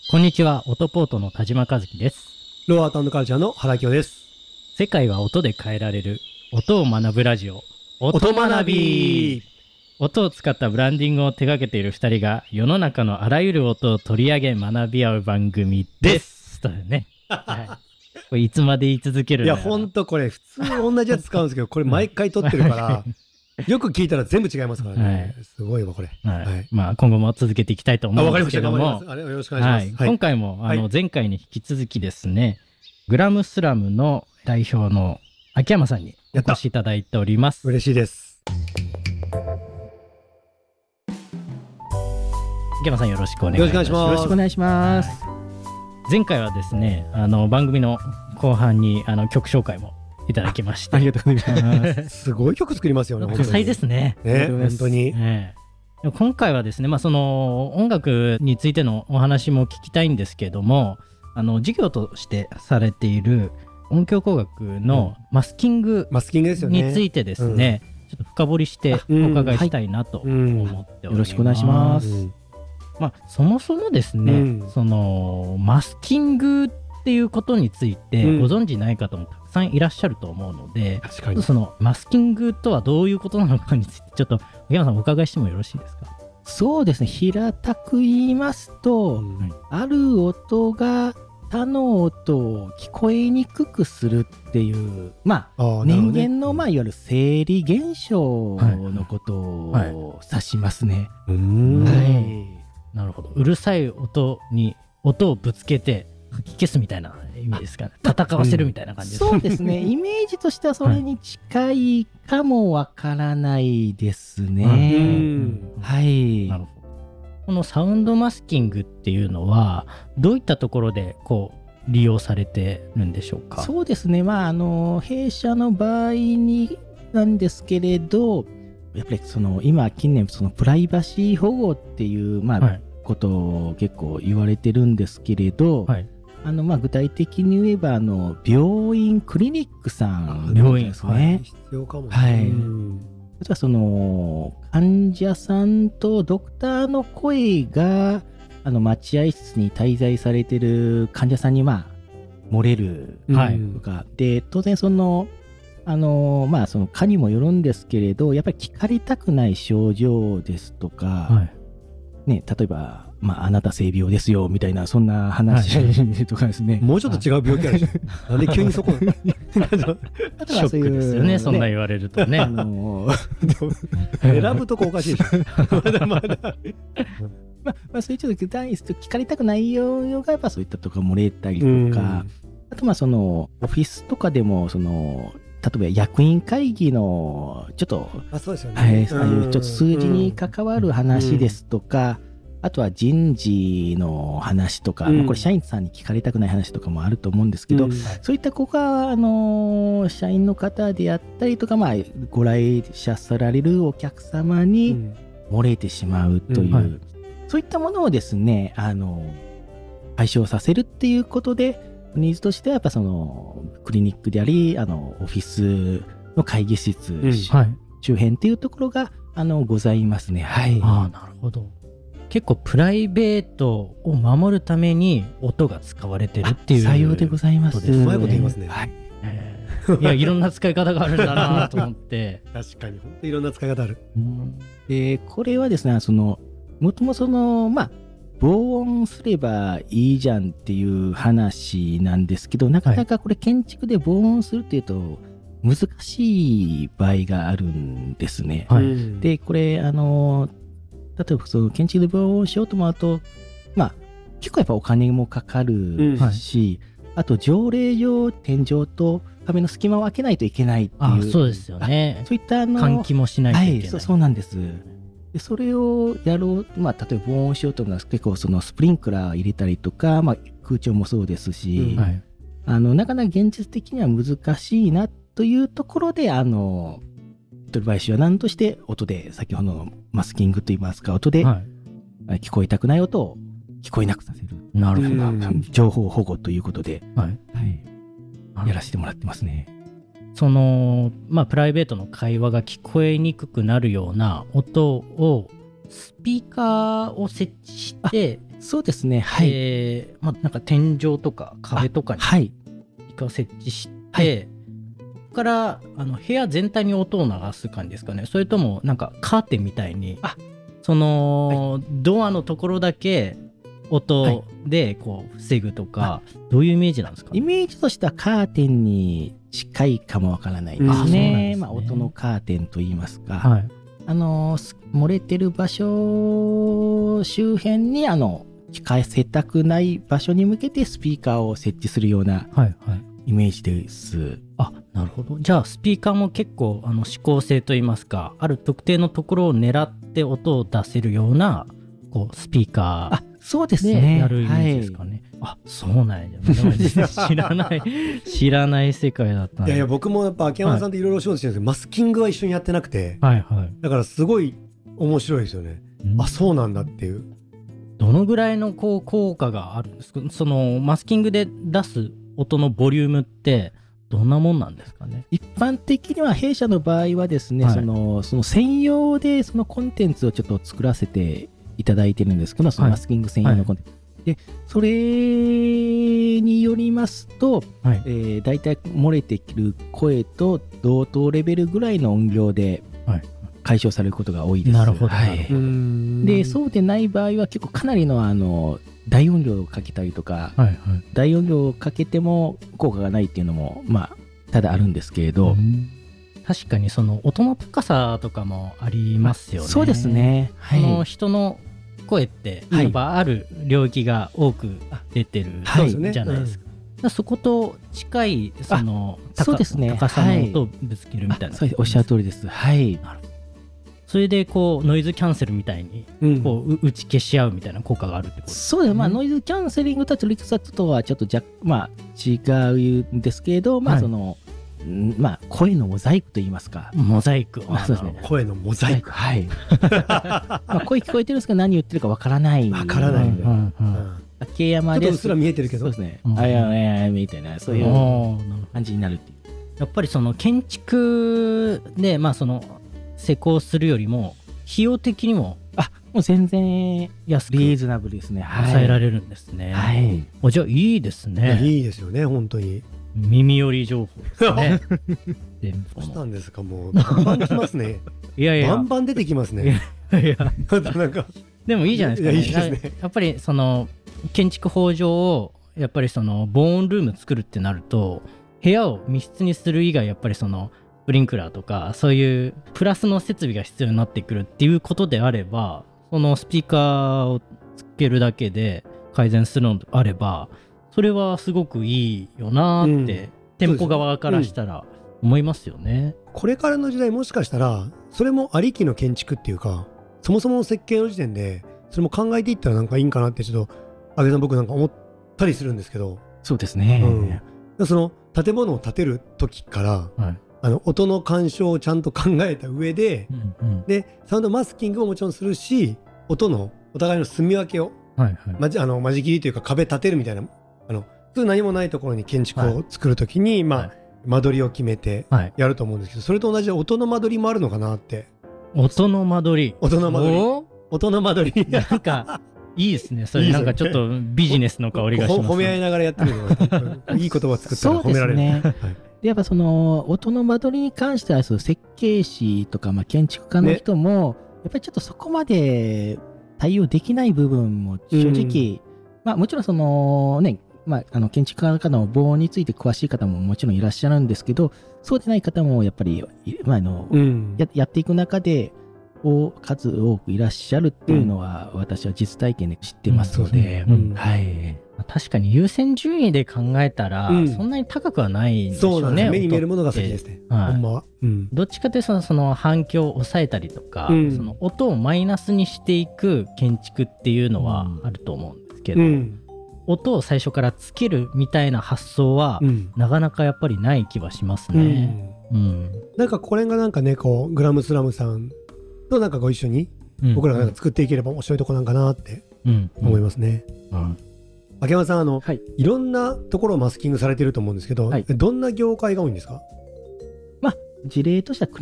こんにちは、音ポートの田島和樹です。 ローアートカルチャーの原清です。 世界は音で変えられる、音を学ぶラジオ、 音学び。 音を使ったブランディングを手掛けている2人が世の中のあらゆる音を取り上げ学び合う番組です。というね。はい、これいつまで言い続けるのいや、ほんとこれ普通同じやつ使うんですけど、これ毎回撮ってるから、よく聞いたら全部違いますからね。はい、すごいわ、これ。 はい。はい、まあ、今後も続けていきたいと思うんですけども。 よろしくお願いします。 はい、今回も、前回に引き続きですね、グラムスラムの代表の秋山さんにお越しいただいております。 嬉しいです。 秋山さん、よろしくお願いします。 よろしくお願いします。 前回はですね、番組の後半に曲紹介もいただきまして。 ありがとうございます。 すごい曲作りますよね。 多彩ですね。 本当に。 今回はですね、まあ、その音楽についてのお話も聞きたいんですけども、授業としてされている音響工学のマスキングについてですね、ちょっと深掘りしてお伺いしたいなと思っております。 よろしくお願いします。 まあ、そもそもですね、そのマスキングっていうことについてご存じない方もたくさんいらっしゃると思うので、そのマスキングとはどういうことなのかについてちょっと秋山さんお伺いしてもよろしいですか？ そうですね、平たく言いますと、ある音が他の音を聞こえにくくするっていう、まあ、人間の、まあ、いわゆる生理現象のことを指しますね。 なるほど。うるさい音に音をぶつけてかき消すみたいな意味ですかね。戦わせるみたいな感じですか？ そうですね。イメージとしてはそれに近いかもわからないですね。はい。 なるほど。このサウンドマスキングっていうのはどういったところでこう利用されてるんでしょうか？ そうですね。まあ弊社の場合になんですけれど、やっぱり今近年プライバシー保護っていうことを結構言われてるんですけれど。具体的に言えば病院クリニックさんですね。 必要かも。 はい。例えば患者さんとドクターの声が待合室に滞在されてる患者さんに漏れるとか、で当然その科にもよるんですけれど、やっぱり聞かれたくない症状ですとか、例えばあなた性病ですよみたいなそんな話とかですね。 もうちょっと違う病気あるでしょ。なんで急にそこショックですよね、そんな言われるとね。 選ぶとこおかしいでしょ。まだそういうちょっと具体に聞かれたくないようがやっぱそういったとこ漏れたりとか、あとオフィスとかでも例えば役員会議のちょっとそうですよね。 ちょっと数字に関わる話ですとか、あとは人事の話とか、これ社員さんに聞かれたくない話とかもあると思うんですけど、そういった子が社員の方であったりとか、ご来社されるお客様に漏れてしまうという、そういったものをですね解消させるっていうことでニーズとしてはやっぱクリニックでありオフィスの会議室、周辺っていうところがございますね。はい。 なるほど。結構プライベートを守るために音が使われてるっていう。 さようでございます。 うまいこと言いますね。 いや、いろんな使い方があるんだなと思って。 確かに本当にいろんな使い方ある。 でこれはですねもともと防音すればいいじゃんっていう話なんですけど、なかなかこれ建築で防音するっていうと難しい場合があるんですね。でこれ例えば建築で防音しようと思うと結構やっぱお金もかかるし、あと条例上天井と壁の隙間を開けないといけないっていう。 そうですよね。 そういった換気もしないといけない。 そうなんです。でそれをやろう、例えば防音しようと思うのは結構スプリンクラー入れたりとか、空調もそうですし、なかなか現実的には難しいなというところで取り林は何として音で先ほどのマスキングといいますか音で聞こえたくない音を聞こえなくさせる。 なるほど。 情報保護ということで、やらせてもらってますね。 プライベートの会話が聞こえにくくなるような音をスピーカーを設置して、 そうですね、はい。 なんか天井とか壁とかにスピーカーを設置して、ここから部屋全体に音を流す感じですかね。それともなんかカーテンみたいにその、ドアのところだけ音でこう防ぐとか、どういうイメージなんですかね。 イメージとしてはカーテンに近いかもわからないですね。音のカーテンといいますか、漏れてる場所周辺に聞かせたくない場所に向けてスピーカーを設置するようなイメージです。 なるほど。じゃあスピーカーも結構指向性といいますか、ある特定のところを狙って音を出せるようなこうスピーカーそうですね。 やるイメージですかね。そうなんや。知らない世界だった。 いや僕もやっぱ秋山さんといろいろ仕事してるんですけど、マスキングは一緒にやってなくて、だからすごい面白いですよね。そうなんだっていう。 どのぐらいのこう効果があるんですか。そのマスキングで出す音のボリュームってどんなもんなんですかね。 一般的には弊社の場合はですね、その専用でそのコンテンツをちょっと作らせていただいてるんですけど、そのマスキング専用のコンテンツ、でそれによりますと、だいたい漏れてくる声と同等レベルぐらいの音量で解消されることが多いです。 なるほど、 でそうでない場合は結構かなりの大音量をかけたりとか、大音量をかけても効果がないっていうのもただあるんですけれど、 確かにその音の高さとかもありますよね。 そうですね。 人の声ってやっぱある領域が多く出てるじゃないですか。そこと近いその高さの音をぶつけるみたいな。 おっしゃる通りです。 それでこうノイズキャンセルみたいにこう打ち消し合うみたいな効果があるってことですか。 そうです。ノイズキャンセリングとトリックサットとはちょっと違うんですけど、その声のモザイクといいますか。 モザイク。 そうですね。声のモザイク。 声聞こえてるんですけど何言ってるかわからない。 わからないんだよ。 秋山でちょっとうっすら見えてるけど。 そうですね。みたいなそういう感じになるっていう。 やっぱりその建築でその施工するよりも費用的にももう全然安くリーズナブルですね。 抑えられるんですね。じゃあいいですね。 いいですよね本当に。 耳寄り情報ですね。 どうしたんですか。もうバンバン来ますね。バンバン出てきますね。なんかでもいいじゃないですかね。やっぱりその建築法上やっぱりその防音ルーム作るってなると部屋を密室にする以外やっぱりそのスプリンクラーとかそういうプラスの設備が必要になってくるっていうことであれば、そのスピーカーをつけるだけで改善するのであればそれはすごくいいよなって、店舗側からしたら思いますよね。 これからの時代もしかしたらそれもありきの建築っていうか、そもそもの設計の時点でそれも考えていったらなんかいいんかなってちょっと阿部さん僕なんか思ったりするんですけど。 そうですね。 その建物を建てる時から、音の干渉をちゃんと考えた上で、でサウンドマスキングももちろんするし、音のお互いの住み分けを、間仕切りというか壁立てるみたいな、普通何もないところに建築を作るときに、間取りを決めてやると思うんですけど、それと同じで音の間取りもあるのかなって。 音の間取り。 なんかいいですね。それなんかちょっとビジネスの香りがします。 褒め合いながらやってるのがいい言葉作ったら褒められる。 そうですね。でやっぱその音の間取りに関しては設計士とか建築家の人もやっぱりちょっとそこまで対応できない部分も正直、もちろんそのね、建築家の方の防音について詳しい方ももちろんいらっしゃるんですけど、そうでない方もやっぱり、やっていく中で数多くいらっしゃるっていうのは、私は実体験で知ってますので、 確かに優先順位で考えたら、そんなに高くはないんでしょうね。 そうなんです。目に見えるものが先ですね。ほんまは。 どっちかというとその反響を抑えたりとか、その音をマイナスにしていく建築っていうのはあると思うんですけど、音を最初からつけるみたいな発想は、なかなかやっぱりない気はしますね。 なんかこれがなんかね、こうグラムスラムさんとなんかご一緒に僕らがなんか作っていければ面白いとこなんかなって思いますね。秋山さんいろんなところをマスキングされてると思うんですけど、どんな業界が多いんですか？ 事例としてはクリニッ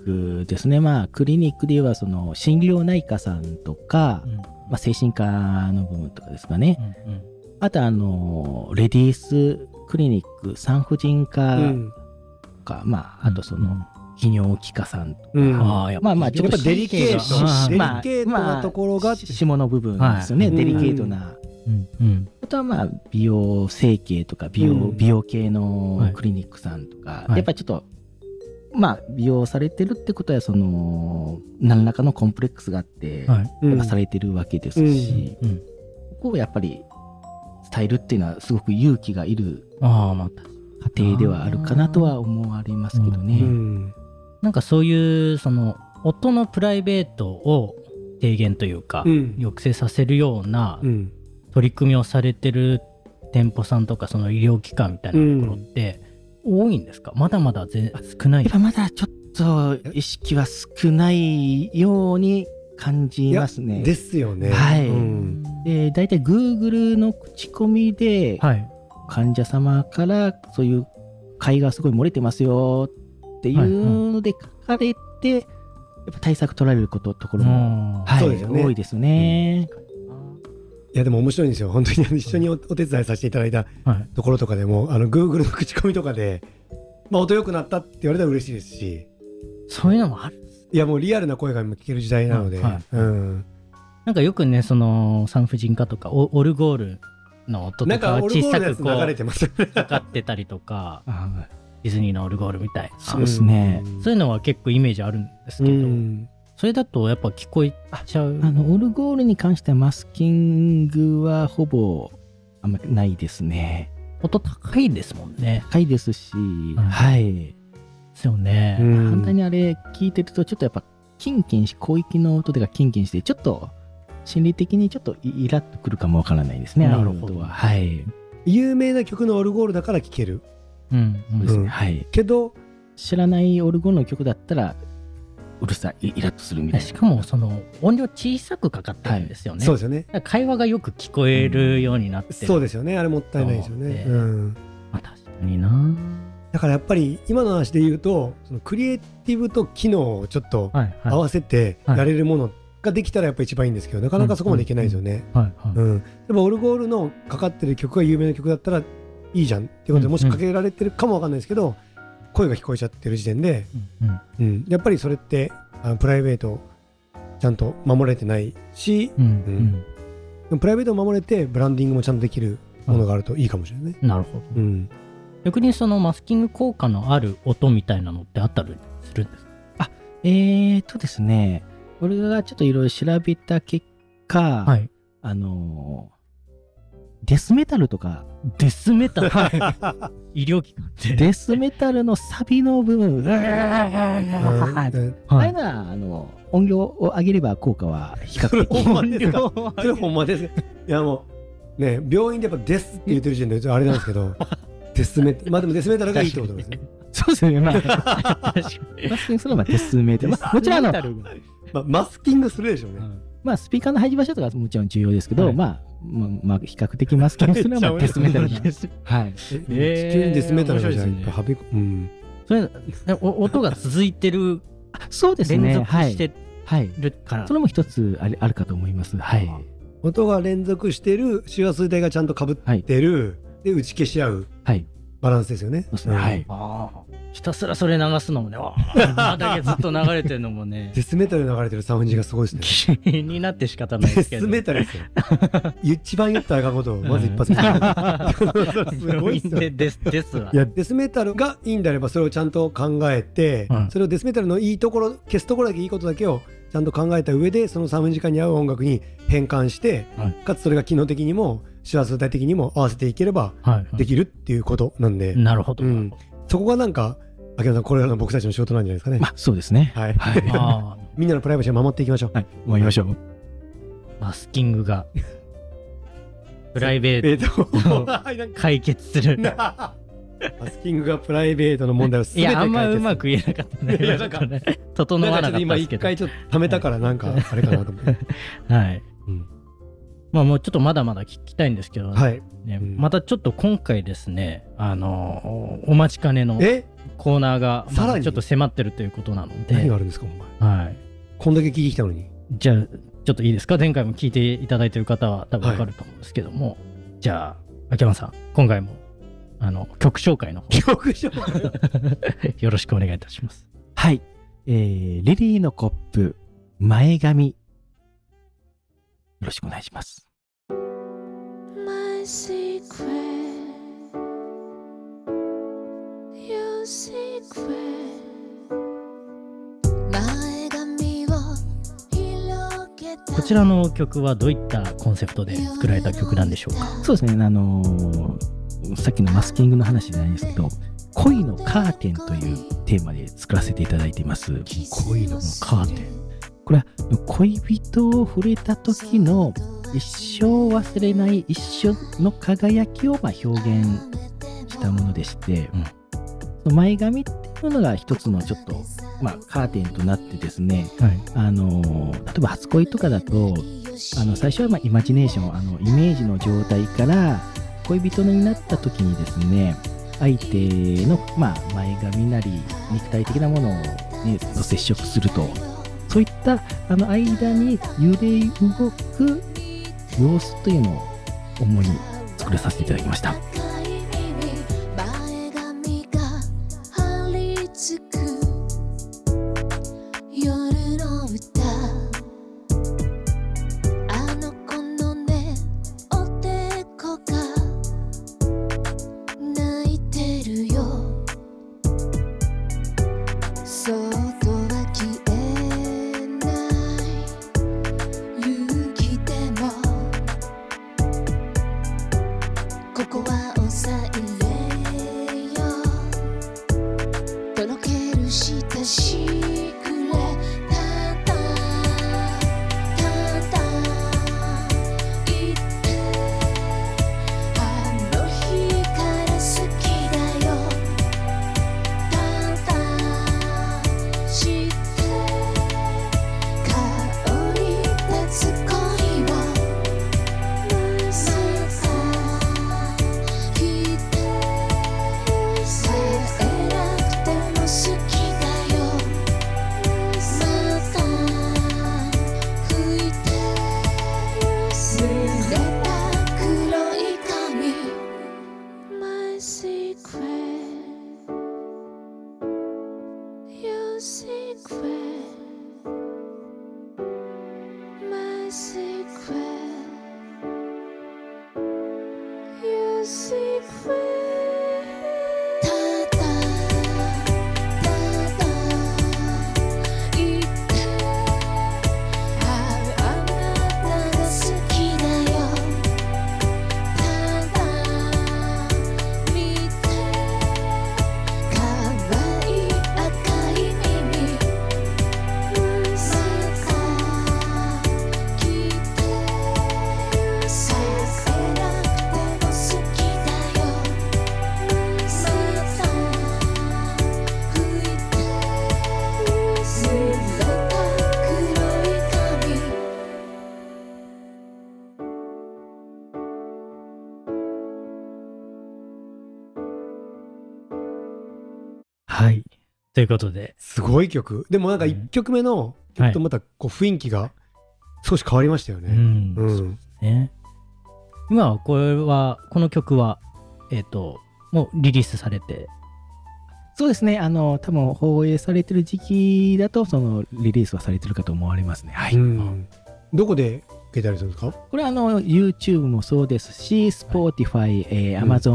クですね。クリニックではその心療内科さんとか、精神科の部分とかですかね。あとレディースクリニック、産婦人科か、あとその泌尿器科さんとか、ちょっとデリケートなところが下の部分ですよね。デリケートな。あとは美容整形とか美容系のクリニックさんとか、やっぱりちょっと美容されてるってことはその何らかのコンプレックスがあってやっぱされてるわけですし、ここをやっぱり伝えるっていうのはすごく勇気がいる過程ではあるかなとは思われますけどね。 なんかそういうその音のプライベートを低減というか、抑制させるような取り組みをされてる店舗さんとかその医療機関みたいなところって多いんですか？まだまだ少ない？ まだちょっと意識は少ないように感じますね。 ですよね。 はい。で、大体 Google の口コミで、患者様からそういう会がすごい漏れてますよっていうので書かれて、やっぱ対策取られるところも、多いですね。 いやでも面白いんですよ。本当に一緒にお手伝いさせていただいたところとかでも、Google の口コミとかで、音良くなったって言われたら嬉しいですし、 そういうのもある。 いやもうリアルな声が聞ける時代なので、 なんかよくね、その産婦人科とかオルゴールの音とか小さくこうかかってたりとか、ディズニーのオルゴールみたいな、 そうですね。 そういうのは結構イメージあるんですけど、それだとやっぱ聞こえちゃう。 オルゴールに関してはマスキングはほぼあんまりないですね。 音高いですもんね。 高いですし、 ですよね。 反対にあれ聞いてるとちょっとやっぱキンキンし、広域の音でがキンキンしてちょっと心理的にちょっとイラッとくるかもわからないですね。 なるほど。 有名な曲のオルゴールだから聴ける。 そうですね。けど知らないオルゴールの曲だったらうるさい、イラッとするみたいな。 しかもその音量小さくかかってるんですよね。 そうですよね。 会話がよく聞こえるようになってる。 そうですよね。あれもったいないですよね。 確かにな。 だからやっぱり今の話で言うと、そのクリエイティブと機能をちょっと合わせてやれるものができたらやっぱり一番いいんですけど、なかなかそこまでいけないですよね。やっぱオルゴールのかかってる曲が有名な曲だったらいいじゃんっていうことで、もしかけられてるかもわかんないですけど、声が聞こえちゃってる時点で、やっぱりそれってプライベートちゃんと守れてないし、でもプライベートを守れてブランディングもちゃんとできるものがあるといいかもしれないね。 なるほど。逆にそのマスキング効果のある音みたいなのってあったりするんですか？ ですね、俺がちょっといろいろ調べた結果、デスメタルとか。 デスメタル医療機関ってデスメタルのサビの部分あれな、音量を上げれば効果は比較的。 それほんまです。いやもうね、病院でやっぱデスって言ってる時点であれなんですけど、デスメタル、でもデスメタルがいいってことですね。 そうですね。確かにマスキングするのはデスメタル。もちろんマスキングするでしょうね。 スピーカーの配置場所とかもちろん重要ですけど、比較的マスキングするのはデスメタルです。 地球にデスメタルがじゃないか。 それ音が続いてる。 そうですね。 連続してるから。 それも一つあるかと思います。 音が連続してる、周波数帯がちゃんと被ってる、で打ち消し合うバランスですよね。 ひたすらそれ流すのもね、だけずっと流れてるのもね。 デスメタル流れてるサウンジがすごいですね。 気になって仕方ないですけど。 デスメタルですよ。一番言ったらあかんことをまず一発目。すごいっすよ。 ですわ。 いや、デスメタルがいいんであればそれをちゃんと考えて、それをデスメタルのいいところ、消すところだけいいことだけをちゃんと考えた上で、そのサウンジ間に合う音楽に変換して、かつそれが機能的にも周波数帯的にも合わせていければできるっていうことなんで。 なるほど。 そこがなんか秋山さん、これらの僕たちの仕事なんじゃないですかね。 そうですね。 みんなのプライバシーを守っていきましょう。 守りましょう。 マスキングがプライベートを解決する。 マスキングがプライベートの問題を全て解決する。いや、 あんまうまく言えなかったね。整わなかったですけど。 今一回ちょっとためたからなんかあれかなと思って。 もうちょっとまだまだ聞きたいんですけど、またちょっと今回ですね、お待ちかねのコーナーがちょっと迫ってるということなので。 何があるんですかお前。 はい。 こんだけ聞いてきたのに。 じゃあちょっといいですか。前回も聞いていただいている方は多分わかると思うんですけども、じゃあ秋山さん、今回も曲紹介の方曲紹介よろしくお願いいたします。 はい、リリーのコップ前髪、よろしくお願いします。My secret, your secret、 前髪を広げた。 こちらの曲はどういったコンセプトで作られた曲なんでしょうか。 そうですね、さっきのマスキングの話じゃないですけど、恋のカーテンというテーマで作らせていただいています。 恋のカーテン、 これは恋人を触れた時の一生忘れない一瞬の輝きを表現したものでして、前髪っていうのが一つのちょっと、カーテンとなってですね、例えば初恋とかだと最初はイマジネーション、イメージの状態から恋人になった時にですね、相手の、前髪なり肉体的なものに接触すると、そういった間に揺れ動く様子というのを主に作らさせていただきました。 はい、ということで、 すごい曲。でもなんか1曲目の曲とまたこう雰囲気が少し変わりましたよね。 そうですね。今はこの曲はもうリリースされて。 そうですね、多分放映されてる時期だとそのリリースはされてるかと思われますね。はい。 どこで受けたりするんですか？ これはYouTube もそうですし、Spotify、Amazon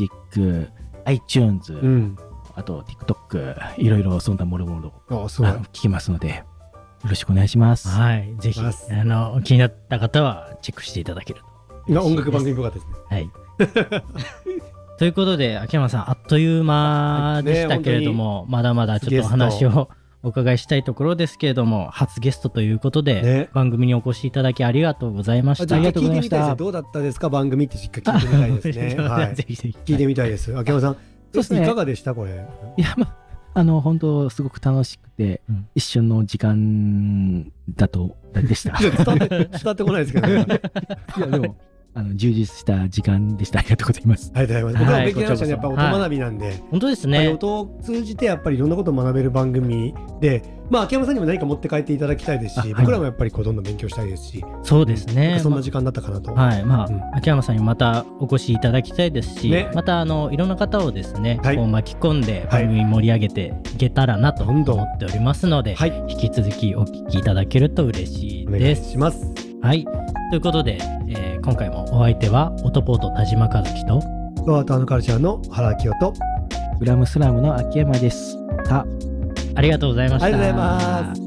Music、iTunes、あと TikTok、いろいろそんなもろもろ聞きますので、よろしくお願いします。 はい、ぜひ気になった方はチェックしていただけると。 今音楽番組っぽかったですね。 はい。ということで秋山さん、あっという間でしたけれども、まだまだちょっとお話をお伺いしたいところですけれども、初ゲストということで、番組にお越しいただきありがとうございました。 ありがとうございました。 どうだったですか、番組ってしっかり聞いてみたいですね。ぜひぜひ聞いてみたいです。秋山さん、いかがでしたこれ？ いや、本当すごく楽しくて、一瞬の時間でした。 伝わってこないですけどね。 いやでも充実した時間でした。ありがとうございます。 ありがとうございます。僕らも勉強になりましたね。やっぱ音学びなんで、 本当ですね。 音を通じてやっぱりいろんなことを学べる番組で、秋山さんにも何か持って帰っていただきたいですし、僕らもやっぱりどんどん勉強したいですし、 そうですね。 そんな時間だったかなと。 秋山さんにまたお越しいただきたいですし、またいろんな方をですね、こう巻き込んで番組盛り上げていけたらなと思っておりますので、引き続きお聞きいただけると嬉しいです。お願いします。 はい、ということで、今回もお相手はオトポート田島和樹とロアートカルチャーの原明夫とグラムスラムの秋山です。 ありがとうございました。 ありがとうございます。